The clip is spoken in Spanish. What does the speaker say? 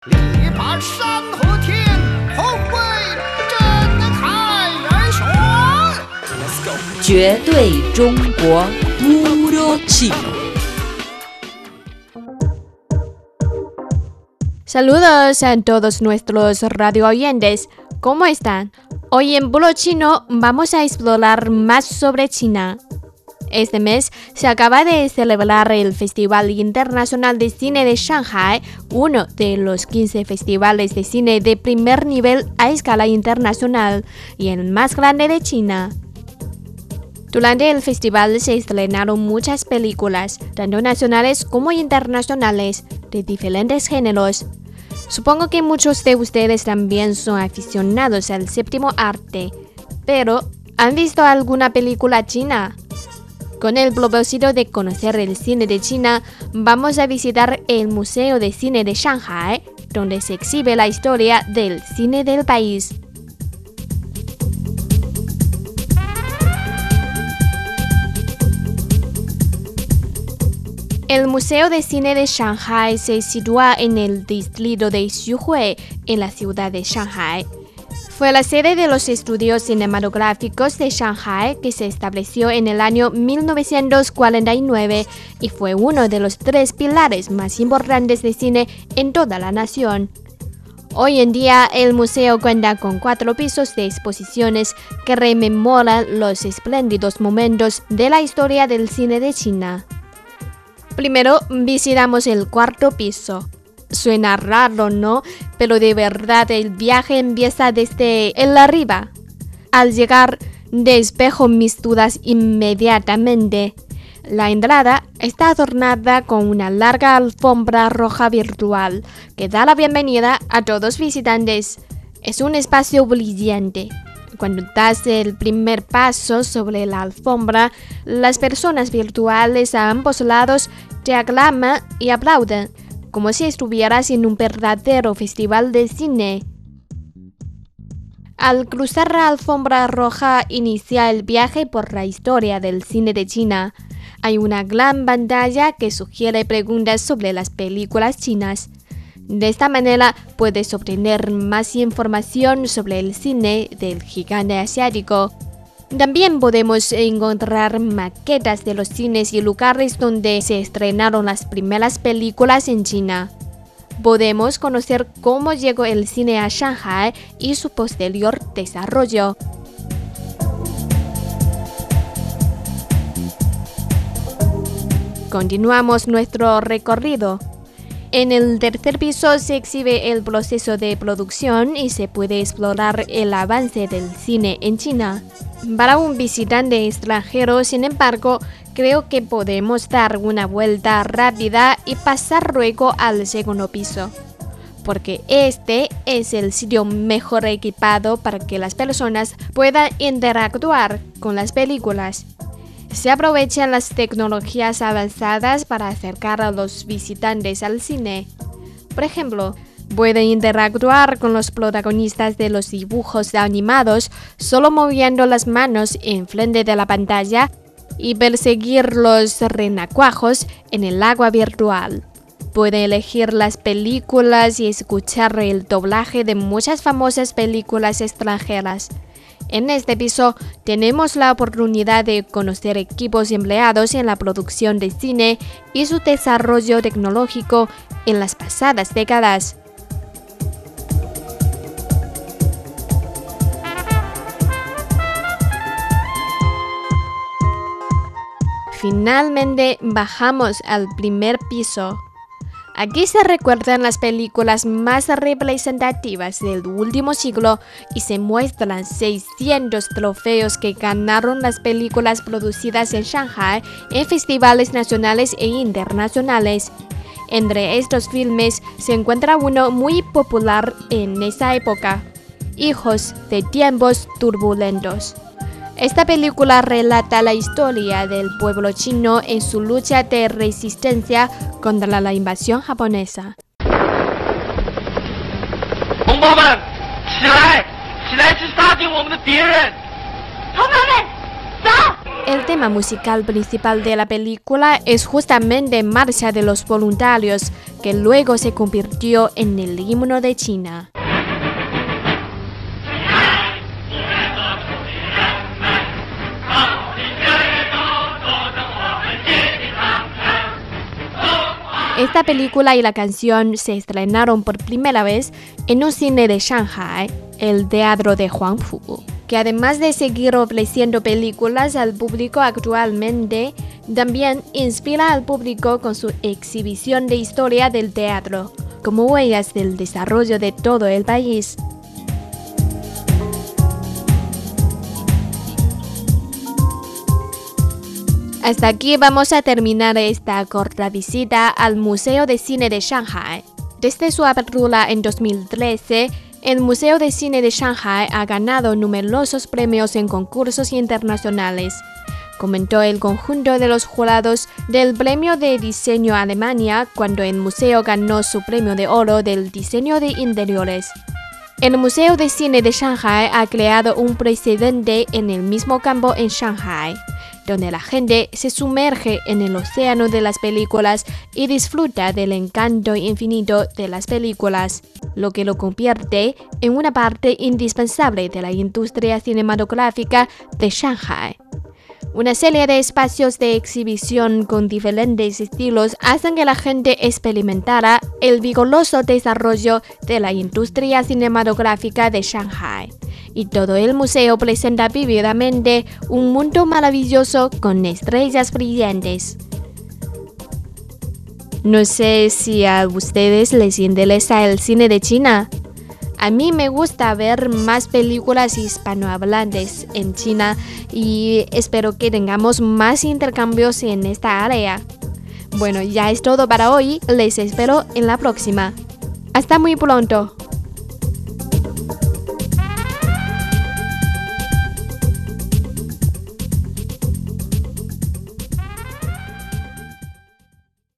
绝对中国 Puro Chino. Saludos a todos nuestros radio oyentes. ¿Cómo están? Hoy en Puro Chino vamos a explorar más sobre China. Este mes se acaba de celebrar el Festival Internacional de Cine de Shanghai, uno de los 15 festivales de cine de primer nivel a escala internacional y el más grande de China. Durante el festival se estrenaron muchas películas, tanto nacionales como internacionales, de diferentes géneros. Supongo que muchos de ustedes también son aficionados al séptimo arte, pero ¿han visto alguna película china? Con el propósito de conocer el cine de China, vamos a visitar el Museo de Cine de Shanghai, donde se exhibe la historia del cine del país. El Museo de Cine de Shanghai se sitúa en el distrito de Xuhui, en la ciudad de Shanghai. Fue la sede de los estudios cinematográficos de Shanghai, que se estableció en el año 1949 y fue uno de los 3 pilares más importantes de cine en toda la nación. Hoy en día, el museo cuenta con 4 pisos de exposiciones que rememoran los espléndidos momentos de la historia del cine de China. Primero, visitamos el 4º piso. Suena raro, ¿no? Pero de verdad el viaje empieza desde el arriba. Al llegar, despejo mis dudas inmediatamente. La entrada está adornada con una larga alfombra roja virtual que da la bienvenida a todos visitantes. Es un espacio brillante. Cuando das el primer paso sobre la alfombra, las personas virtuales a ambos lados te aclaman y aplauden, como si estuvieras en un verdadero festival de cine. Al cruzar la alfombra roja inicia el viaje por la historia del cine de China. Hay una gran pantalla que sugiere preguntas sobre las películas chinas. De esta manera puedes obtener más información sobre el cine del gigante asiático. También podemos encontrar maquetas de los cines y lugares donde se estrenaron las primeras películas en China. Podemos conocer cómo llegó el cine a Shanghai y su posterior desarrollo. Continuamos nuestro recorrido. En el 3er piso se exhibe el proceso de producción y se puede explorar el avance del cine en China. Para un visitante extranjero, sin embargo, creo que podemos dar una vuelta rápida y pasar luego al 2º piso, porque este es el sitio mejor equipado para que las personas puedan interactuar con las películas. Se aprovechan las tecnologías avanzadas para acercar a los visitantes al cine. Por ejemplo, pueden interactuar con los protagonistas de los dibujos animados solo moviendo las manos enfrente de la pantalla y perseguir los renacuajos en el agua virtual. Pueden elegir las películas y escuchar el doblaje de muchas famosas películas extranjeras. En este piso tenemos la oportunidad de conocer equipos empleados en la producción de cine y su desarrollo tecnológico en las pasadas décadas. Finalmente bajamos al 1er piso. Aquí se recuerdan las películas más representativas del último siglo y se muestran 600 trofeos que ganaron las películas producidas en Shanghai en festivales nacionales e internacionales. Entre estos filmes se encuentra uno muy popular en esa época, Hijos de tiempos turbulentos. Esta película relata la historia del pueblo chino en su lucha de resistencia contra la invasión japonesa. El tema musical principal de la película es justamente Marcha de los Voluntarios, que luego se convirtió en el himno de China. Esta película y la canción se estrenaron por primera vez en un cine de Shanghai, el Teatro de Huangpu, que además de seguir ofreciendo películas al público actualmente, también inspira al público con su exhibición de historia del teatro, como huellas del desarrollo de todo el país. Hasta aquí vamos a terminar esta corta visita al Museo de Cine de Shanghai. Desde su apertura en 2013, el Museo de Cine de Shanghai ha ganado numerosos premios en concursos internacionales, comentó el conjunto de los jurados del Premio de Diseño Alemania cuando el museo ganó su premio de oro del diseño de interiores. El Museo de Cine de Shanghai ha creado un precedente en el mismo campo en Shanghai, donde la gente se sumerge en el océano de las películas y disfruta del encanto infinito de las películas, lo que lo convierte en una parte indispensable de la industria cinematográfica de Shanghai. Una serie de espacios de exhibición con diferentes estilos hacen que la gente experimentara el vigoroso desarrollo de la industria cinematográfica de Shanghai. Y todo el museo presenta vívidamente un mundo maravilloso con estrellas brillantes. No sé si a ustedes les interesa el cine de China. A mí me gusta ver más películas hispanohablantes en China y espero que tengamos más intercambios en esta área. Bueno, ya es todo para hoy. Les espero en la próxima. Hasta muy pronto.